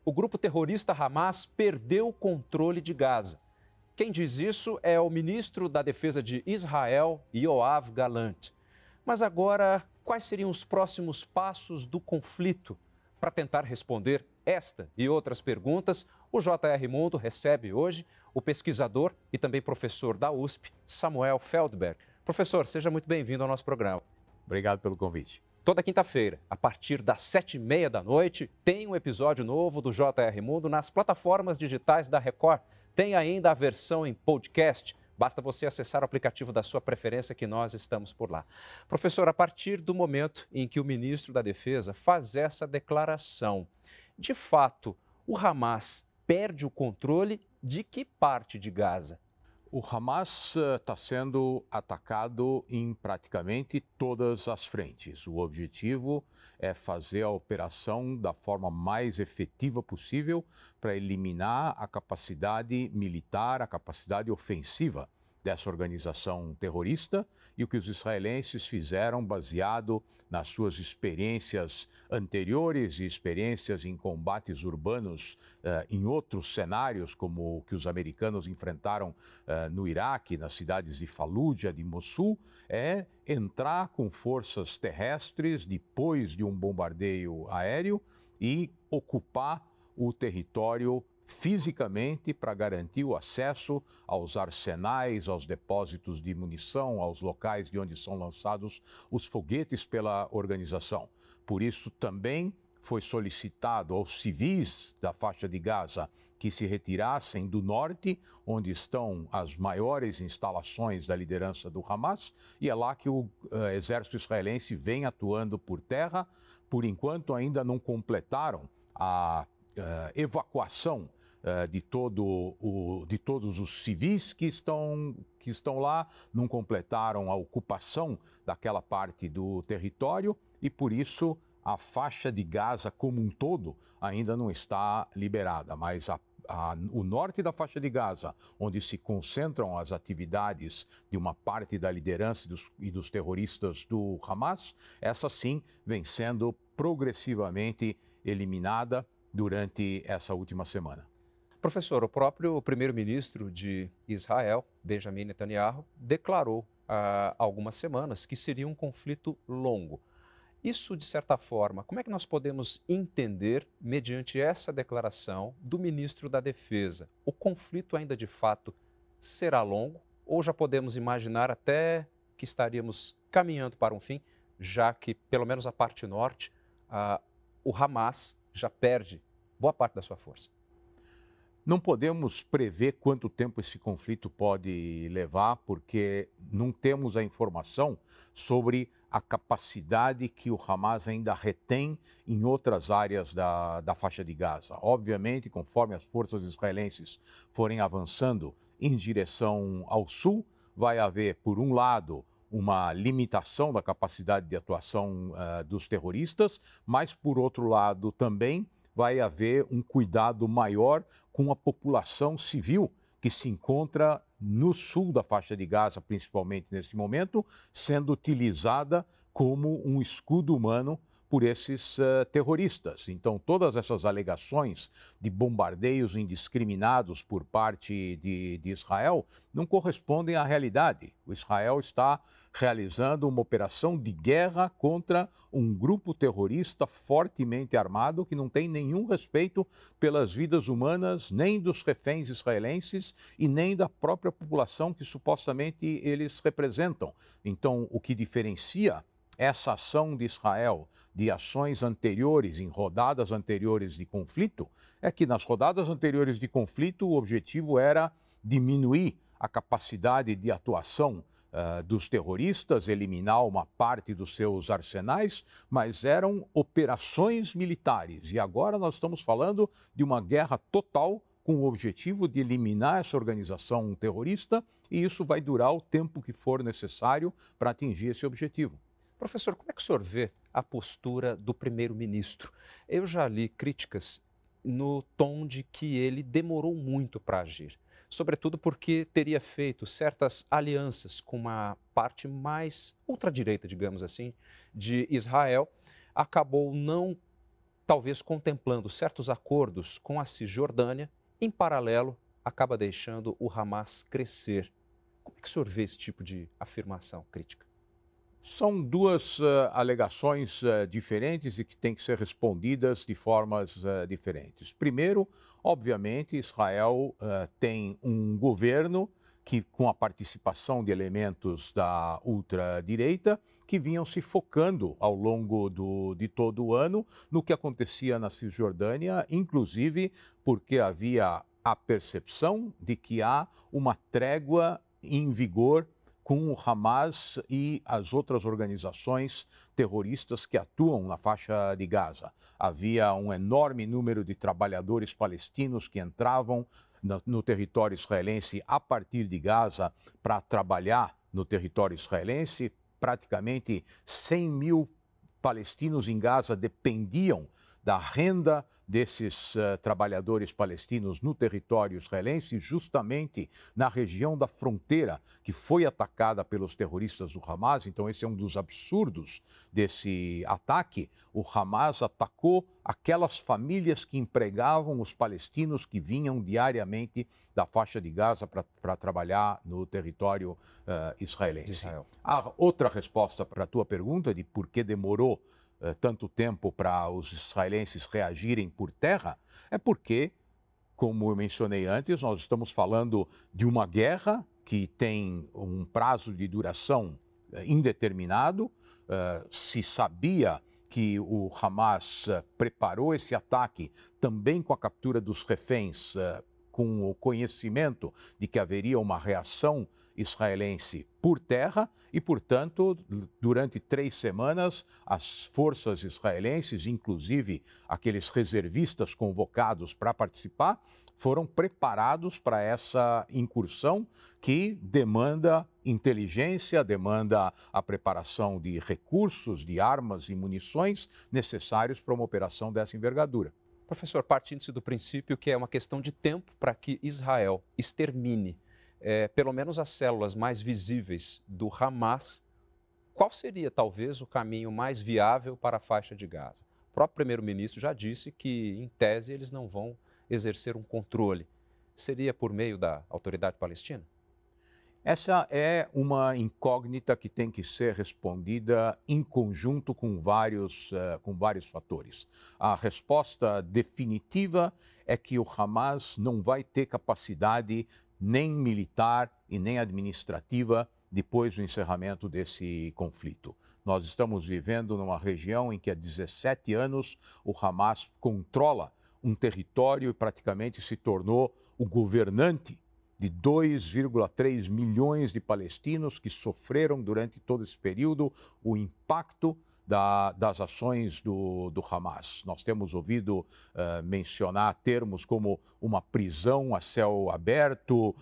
o grupo terrorista Hamas perdeu o controle de Gaza. Quem diz isso é o ministro da Defesa de Israel, Yoav Gallant. Mas agora, quais seriam os próximos passos do conflito? Para tentar responder esta e outras perguntas, o JR Mundo recebe hoje o pesquisador e também professor da USP, Samuel Feldberg. Professor, seja muito bem-vindo ao nosso programa. Obrigado pelo convite. Toda quinta-feira, a partir das 7h30 tem um episódio novo do JR Mundo nas plataformas digitais da Record. Tem ainda a versão em podcast. Basta você acessar o aplicativo da sua preferência que nós estamos por lá. Professor, a partir do momento em que o ministro da Defesa faz essa declaração, de fato, o Hamas perde o controle de que parte de Gaza? O Hamas está sendo atacado em praticamente todas as frentes. O objetivo é fazer a operação da forma mais efetiva possível para eliminar a capacidade militar, a capacidade ofensiva dessa organização terrorista, e o que os israelenses fizeram baseado nas suas experiências anteriores e experiências em combates urbanos em outros cenários, como o que os americanos enfrentaram no Iraque, nas cidades de Fallujah, de Mossul, é entrar com forças terrestres depois de um bombardeio aéreo e ocupar o território fisicamente para garantir o acesso aos arsenais, aos depósitos de munição, aos locais de onde são lançados os foguetes pela organização. Por isso também foi solicitado aos civis da faixa de Gaza que se retirassem do norte, onde estão as maiores instalações da liderança do Hamas, e é lá que o exército israelense vem atuando por terra. Por enquanto ainda não completaram a evacuação de todos os civis que estão lá, não completaram a ocupação daquela parte do território e, por isso, a faixa de Gaza como um todo ainda não está liberada, mas o norte da faixa de Gaza, onde se concentram as atividades de uma parte da liderança e dos terroristas do Hamas, essa sim vem sendo progressivamente eliminada durante essa última semana. Professor, o próprio primeiro-ministro de Israel, Benjamin Netanyahu, declarou há algumas semanas que seria um conflito longo. Isso, de certa forma, como é que nós podemos entender, mediante essa declaração do ministro da Defesa? O conflito ainda de fato será longo ou já podemos imaginar até que estaríamos caminhando para um fim, já que, pelo menos a parte norte, o Hamas já perde boa parte da sua força? Não podemos prever quanto tempo esse conflito pode levar, porque não temos a informação sobre a capacidade que o Hamas ainda retém em outras áreas da faixa de Gaza. Obviamente, conforme as forças israelenses forem avançando em direção ao sul, vai haver, por um lado, uma limitação da capacidade de atuação dos terroristas, mas, por outro lado, também vai haver um cuidado maior com a população civil que se encontra no sul da faixa de Gaza, principalmente nesse momento, sendo utilizada como um escudo humano por esses terroristas. Então, todas essas alegações de bombardeios indiscriminados por parte de Israel não correspondem à realidade. O Israel está realizando uma operação de guerra contra um grupo terrorista fortemente armado que não tem nenhum respeito pelas vidas humanas, nem dos reféns israelenses e nem da própria população que supostamente eles representam. Então, o que diferencia essa ação de Israel de ações anteriores, em rodadas anteriores de conflito, é que nas rodadas anteriores de conflito o objetivo era diminuir a capacidade de atuação dos terroristas, eliminar uma parte dos seus arsenais, mas eram operações militares. E agora nós estamos falando de uma guerra total com o objetivo de eliminar essa organização terrorista, e isso vai durar o tempo que for necessário para atingir esse objetivo. Professor, como é que o senhor vê a postura do primeiro-ministro? Eu já li críticas no tom de que ele demorou muito para agir, sobretudo porque teria feito certas alianças com uma parte mais ultradireita, digamos assim, de Israel, acabou não talvez contemplando certos acordos com a Cisjordânia, em paralelo, acaba deixando o Hamas crescer. Como é que o senhor vê esse tipo de afirmação crítica? São duas alegações diferentes e que têm que ser respondidas de formas diferentes. Primeiro, obviamente, Israel tem um governo que, com a participação de elementos da ultradireita, que vinham se focando ao longo de todo o ano no que acontecia na Cisjordânia, inclusive porque havia a percepção de que há uma trégua em vigor com o Hamas e as outras organizações terroristas que atuam na faixa de Gaza. Havia um enorme número de trabalhadores palestinos que entravam no território israelense a partir de Gaza para trabalhar no território israelense. Praticamente 100 mil palestinos em Gaza dependiam da renda desses trabalhadores palestinos no território israelense, justamente na região da fronteira que foi atacada pelos terroristas do Hamas. Então, esse é um dos absurdos desse ataque. O Hamas atacou aquelas famílias que empregavam os palestinos que vinham diariamente da faixa de Gaza para trabalhar no território israelense. Israel. A outra resposta para a tua pergunta de por que demorou tanto tempo para os israelenses reagirem por terra, é porque, como eu mencionei antes, nós estamos falando de uma guerra que tem um prazo de duração indeterminado. Se sabia que o Hamas preparou esse ataque também com a captura dos reféns, com o conhecimento de que haveria uma reação israelense por terra e, portanto, durante 3 semanas, as forças israelenses, inclusive aqueles reservistas convocados para participar, foram preparados para essa incursão que demanda inteligência, demanda a preparação de recursos, de armas e munições necessários para uma operação dessa envergadura. Professor, partindo-se do princípio que é uma questão de tempo para que Israel extermine pelo menos as células mais visíveis do Hamas, qual seria talvez o caminho mais viável para a faixa de Gaza? O próprio primeiro-ministro já disse que, em tese, eles não vão exercer um controle. Seria por meio da autoridade palestina? Essa é uma incógnita que tem que ser respondida em conjunto com vários fatores. A resposta definitiva é que o Hamas não vai ter capacidade nem militar e nem administrativa depois do encerramento desse conflito. Nós estamos vivendo numa região em que há 17 anos o Hamas controla um território e praticamente se tornou o governante de 2,3 milhões de palestinos que sofreram durante todo esse período o impacto das ações do Hamas. Nós temos ouvido mencionar termos como uma prisão a céu aberto,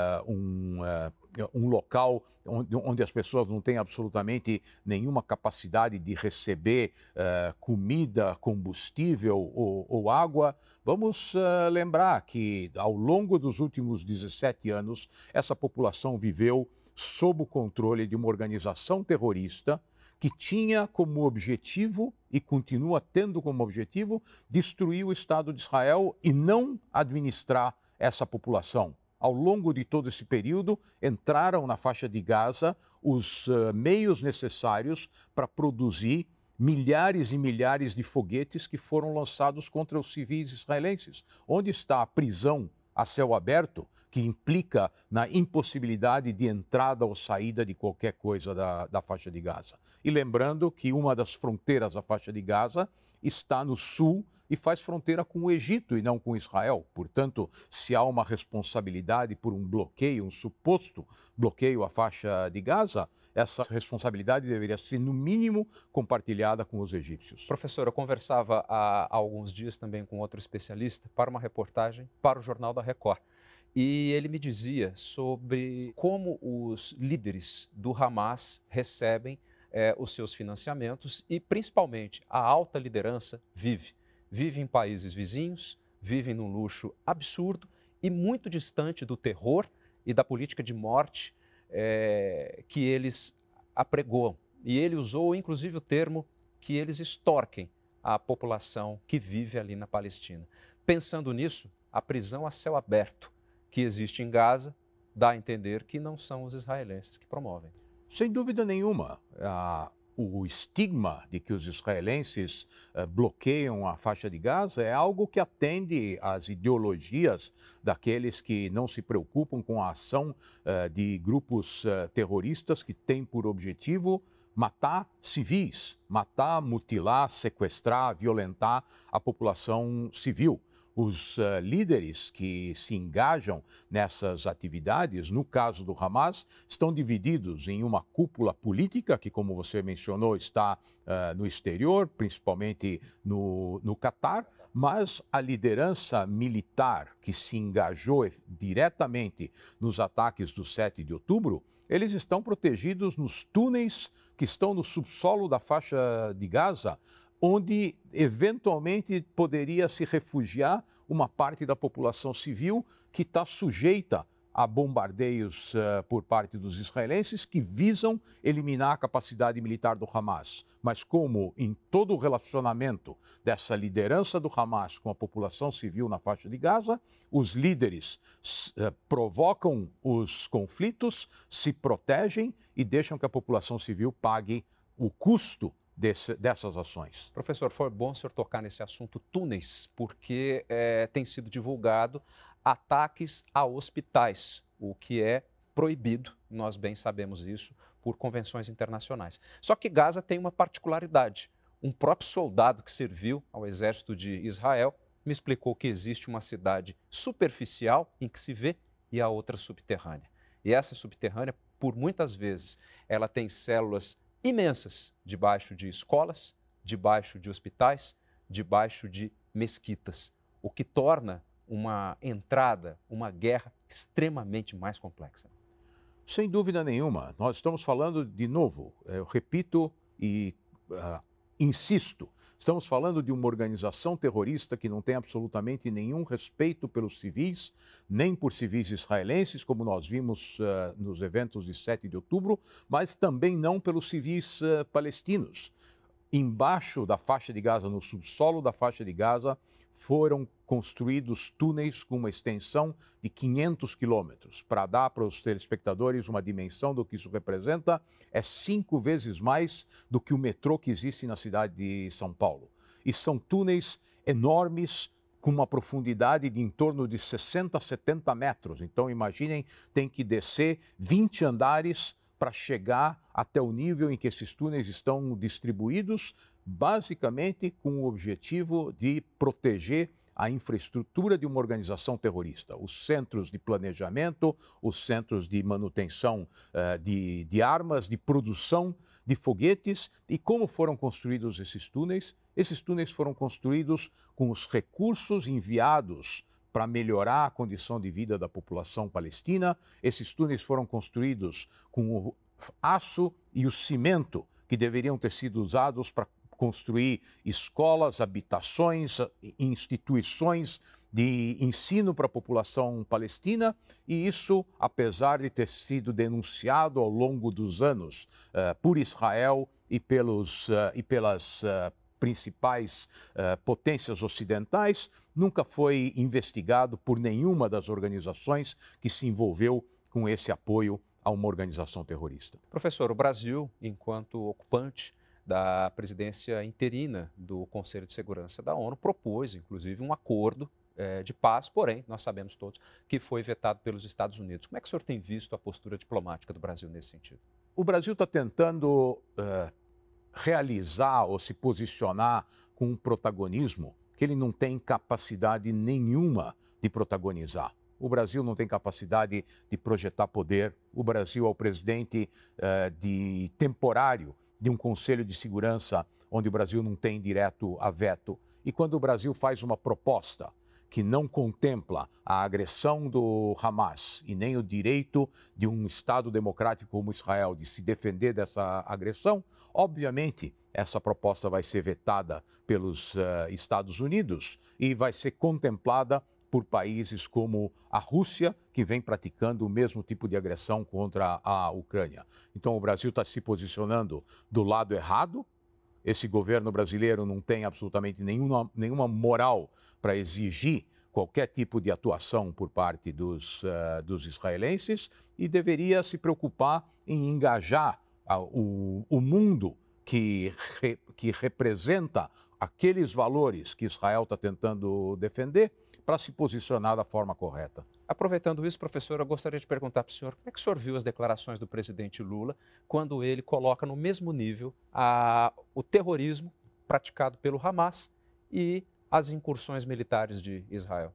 um local onde as pessoas não têm absolutamente nenhuma capacidade de receber comida, combustível ou água. Vamos lembrar que ao longo dos últimos 17 anos, essa população viveu sob o controle de uma organização terrorista que tinha como objetivo e continua tendo como objetivo destruir o Estado de Israel e não administrar essa população. Ao longo de todo esse período, entraram na faixa de Gaza os meios necessários para produzir milhares e milhares de foguetes que foram lançados contra os civis israelenses. Onde está a prisão a céu aberto, que implica na impossibilidade de entrada ou saída de qualquer coisa da faixa de Gaza? E lembrando que uma das fronteiras da faixa de Gaza está no sul e faz fronteira com o Egito e não com Israel. Portanto, se há uma responsabilidade por um bloqueio, um suposto bloqueio à faixa de Gaza, essa responsabilidade deveria ser, no mínimo, compartilhada com os egípcios. Professor, eu conversava há alguns dias também com outro especialista para uma reportagem para o Jornal da Record. E ele me dizia sobre como os líderes do Hamas recebem os seus financiamentos e, principalmente, a alta liderança vive em países vizinhos, vive num luxo absurdo e muito distante do terror e da política de morte que eles apregoam. E ele usou, inclusive, o termo que eles extorquem a população que vive ali na Palestina. Pensando nisso, a prisão a céu aberto que existe em Gaza dá a entender que não são os israelenses que promovem. Sem dúvida nenhuma, o estigma de que os israelenses bloqueiam a faixa de Gaza é algo que atende às ideologias daqueles que não se preocupam com a ação de grupos terroristas que têm por objetivo matar civis, matar, mutilar, sequestrar, violentar a população civil. Os líderes que se engajam nessas atividades, no caso do Hamas, estão divididos em uma cúpula política, que, como você mencionou, está no exterior, principalmente no Catar, mas a liderança militar que se engajou diretamente nos ataques do 7 de outubro, eles estão protegidos nos túneis que estão no subsolo da faixa de Gaza, onde eventualmente poderia se refugiar uma parte da população civil que está sujeita a bombardeios por parte dos israelenses que visam eliminar a capacidade militar do Hamas. Mas como em todo o relacionamento dessa liderança do Hamas com a população civil na faixa de Gaza, os líderes provocam os conflitos, se protegem e deixam que a população civil pague o custo dessas ações. Professor, foi bom o senhor tocar nesse assunto túneis, porque tem sido divulgado ataques a hospitais, o que é proibido, nós bem sabemos isso, por convenções internacionais. Só que Gaza tem uma particularidade. Um próprio soldado que serviu ao exército de Israel me explicou que existe uma cidade superficial em que se vê e a outra subterrânea. E essa subterrânea, por muitas vezes, ela tem células imensas debaixo de escolas, debaixo de hospitais, debaixo de mesquitas, o que torna uma entrada, uma guerra extremamente mais complexa. Sem dúvida nenhuma. Nós estamos falando, de novo, eu repito e insisto, estamos falando de uma organização terrorista que não tem absolutamente nenhum respeito pelos civis, nem por civis israelenses, como nós vimos nos eventos de 7 de outubro, mas também não pelos civis palestinos. Embaixo da faixa de Gaza, no subsolo da faixa de Gaza, foram construídos túneis com uma extensão de 500 quilômetros. Para dar para os telespectadores uma dimensão do que isso representa, é 5 vezes mais do que o metrô que existe na cidade de São Paulo. E são túneis enormes, com uma profundidade de em torno de 60 a 70 metros. Então, imaginem, tem que descer 20 andares para chegar até o nível em que esses túneis estão distribuídos, basicamente com o objetivo de proteger a infraestrutura de uma organização terrorista, os centros de planejamento, os centros de manutenção de armas, de produção de foguetes. E como foram construídos esses túneis? Esses túneis foram construídos com os recursos enviados para melhorar a condição de vida da população palestina. Esses túneis foram construídos com o aço e o cimento que deveriam ter sido usados para construir escolas, habitações, instituições de ensino para a população palestina, e isso, apesar de ter sido denunciado ao longo dos anos por Israel e pelas principais potências ocidentais, nunca foi investigado por nenhuma das organizações que se envolveu com esse apoio a uma organização terrorista. Professor, o Brasil, enquanto ocupante da presidência interina do Conselho de Segurança da ONU, propôs, inclusive, um acordo de paz, porém, nós sabemos todos que foi vetado pelos Estados Unidos. Como é que o senhor tem visto a postura diplomática do Brasil nesse sentido? O Brasil está tentando realizar ou se posicionar com um protagonismo que ele não tem capacidade nenhuma de protagonizar. O Brasil não tem capacidade de projetar poder. O Brasil é o presidente temporário de um Conselho de Segurança onde o Brasil não tem direto a veto. E quando o Brasil faz uma proposta que não contempla a agressão do Hamas e nem o direito de um Estado democrático como Israel de se defender dessa agressão, obviamente essa proposta vai ser vetada pelos Estados Unidos e vai ser contemplada por países como a Rússia, que vem praticando o mesmo tipo de agressão contra a Ucrânia. Então o Brasil está se posicionando do lado errado, esse governo brasileiro não tem absolutamente nenhuma moral para exigir qualquer tipo de atuação por parte dos israelenses e deveria se preocupar em engajar o mundo que representa aqueles valores que Israel está tentando defender para se posicionar da forma correta. Aproveitando isso, professor, eu gostaria de perguntar para o senhor como é que o senhor viu as declarações do presidente Lula quando ele coloca no mesmo nível o terrorismo praticado pelo Hamas e as incursões militares de Israel?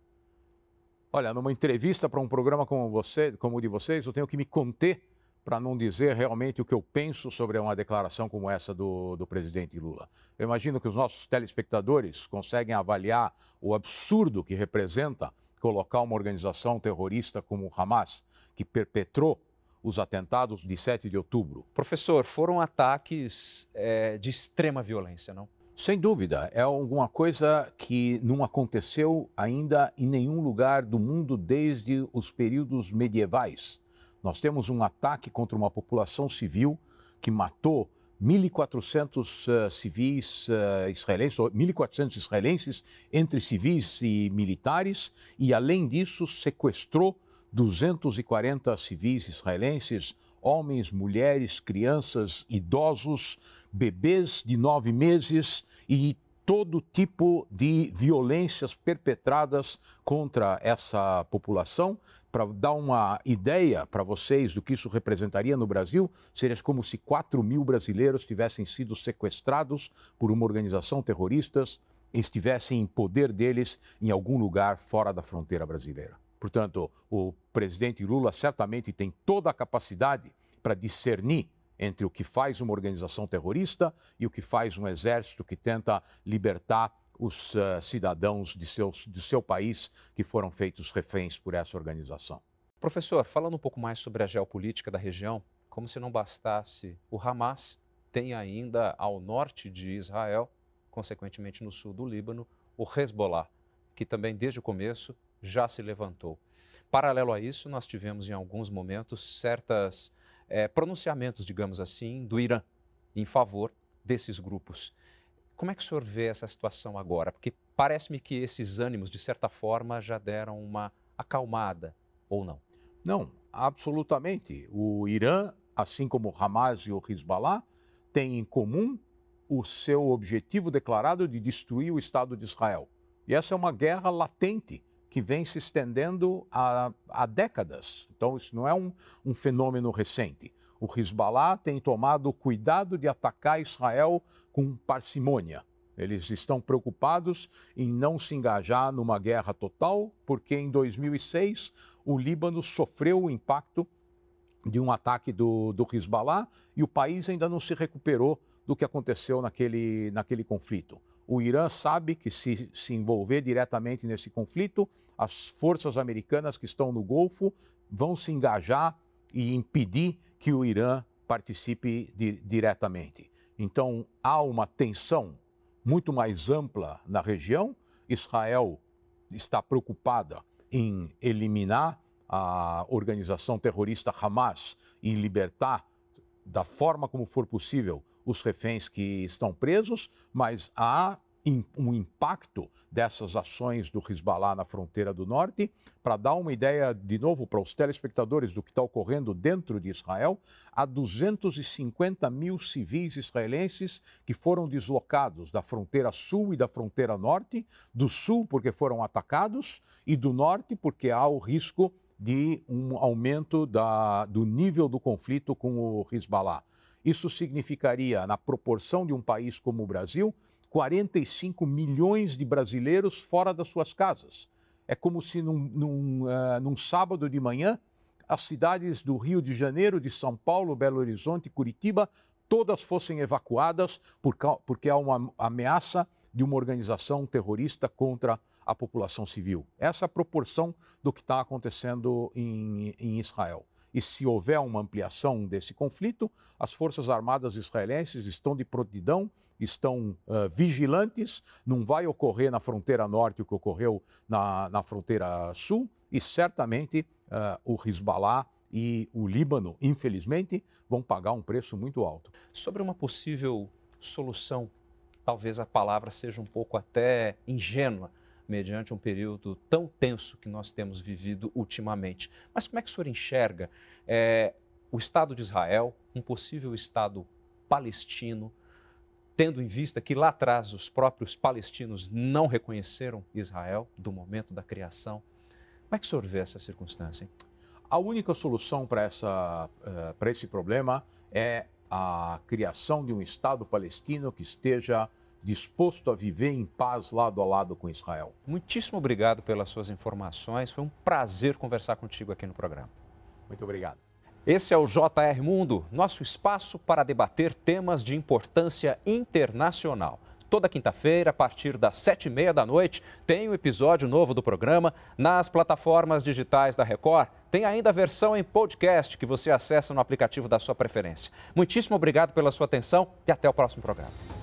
Olha, numa entrevista para um programa como o de vocês, eu tenho que me conter para não dizer realmente o que eu penso sobre uma declaração como essa do presidente Lula. Eu imagino que os nossos telespectadores conseguem avaliar o absurdo que representa colocar uma organização terrorista como o Hamas, que perpetrou os atentados de 7 de outubro. Professor, foram ataques de extrema violência, não? Sem dúvida, é alguma coisa que não aconteceu ainda em nenhum lugar do mundo desde os períodos medievais. Nós temos um ataque contra uma população civil que matou 1.400 civis israelenses, ou 1.400 israelenses, entre civis e militares, e além disso sequestrou 240 civis israelenses, homens, mulheres, crianças, idosos, bebês de 9 meses e todo tipo de violências perpetradas contra essa população. Para dar uma ideia para vocês do que isso representaria no Brasil, seria como se 4.000 brasileiros tivessem sido sequestrados por uma organização terrorista e estivessem em poder deles em algum lugar fora da fronteira brasileira. Portanto, o presidente Lula certamente tem toda a capacidade para discernir entre o que faz uma organização terrorista e o que faz um exército que tenta libertar os cidadãos do seu país que foram feitos reféns por essa organização. Professor, falando um pouco mais sobre a geopolítica da região, como se não bastasse o Hamas, tem ainda ao norte de Israel, consequentemente no sul do Líbano, o Hezbollah, que também desde o começo já se levantou. Paralelo a isso, nós tivemos em alguns momentos certos pronunciamentos, digamos assim, do Irã em favor desses grupos. Como é que o senhor vê essa situação agora? Porque parece-me que esses ânimos, de certa forma, já deram uma acalmada, ou não? Não, absolutamente. O Irã, assim como o Hamas e o Hezbollah, têm em comum o seu objetivo declarado de destruir o Estado de Israel. E essa é uma guerra latente que vem se estendendo há décadas. Então, isso não é um fenômeno recente. O Hezbollah tem tomado o cuidado de atacar Israel com parcimônia. Eles estão preocupados em não se engajar numa guerra total, porque em 2006 o Líbano sofreu o impacto de um ataque do Hezbollah e o país ainda não se recuperou do que aconteceu naquele conflito. O Irã sabe que se envolver diretamente nesse conflito, as forças americanas que estão no Golfo vão se engajar e impedir que o Irã participe diretamente. Então, há uma tensão muito mais ampla na região. Israel está preocupada em eliminar a organização terrorista Hamas e libertar, da forma como for possível, os reféns que estão presos, mas há um impacto dessas ações do Hezbollah na fronteira do norte. Para dar uma ideia, de novo, para os telespectadores do que está ocorrendo dentro de Israel, há 250 mil civis israelenses que foram deslocados da fronteira sul e da fronteira norte, do sul porque foram atacados e do norte porque há o risco de um aumento do nível do conflito com o Hezbollah. Isso significaria, na proporção de um país como o Brasil, 45 milhões de brasileiros fora das suas casas. É como se num sábado de manhã, as cidades do Rio de Janeiro, de São Paulo, Belo Horizonte, Curitiba, todas fossem evacuadas porque há uma ameaça de uma organização terrorista contra a população civil. Essa é a proporção do que está acontecendo em Israel. E se houver uma ampliação desse conflito, as Forças Armadas israelenses estão de prontidão, estão vigilantes, não vai ocorrer na fronteira norte o que ocorreu na fronteira sul, e certamente o Hezbollah e o Líbano, infelizmente, vão pagar um preço muito alto. Sobre uma possível solução, talvez a palavra seja um pouco até ingênua, mediante um período tão tenso que nós temos vivido ultimamente. Mas como é que o senhor enxerga o Estado de Israel, um possível Estado palestino, tendo em vista que lá atrás os próprios palestinos não reconheceram Israel do momento da criação? Como é que o senhor vê essa circunstância, hein? A única solução para esse problema é a criação de um Estado palestino que esteja disposto a viver em paz lado a lado com Israel. Muitíssimo obrigado pelas suas informações. Foi um prazer conversar contigo aqui no programa. Muito obrigado. Esse é o JR Mundo, nosso espaço para debater temas de importância internacional. Toda quinta-feira, a partir das 7h30 da noite, tem um episódio novo do programa nas plataformas digitais da Record. Tem ainda a versão em podcast que você acessa no aplicativo da sua preferência. Muitíssimo obrigado pela sua atenção e até o próximo programa.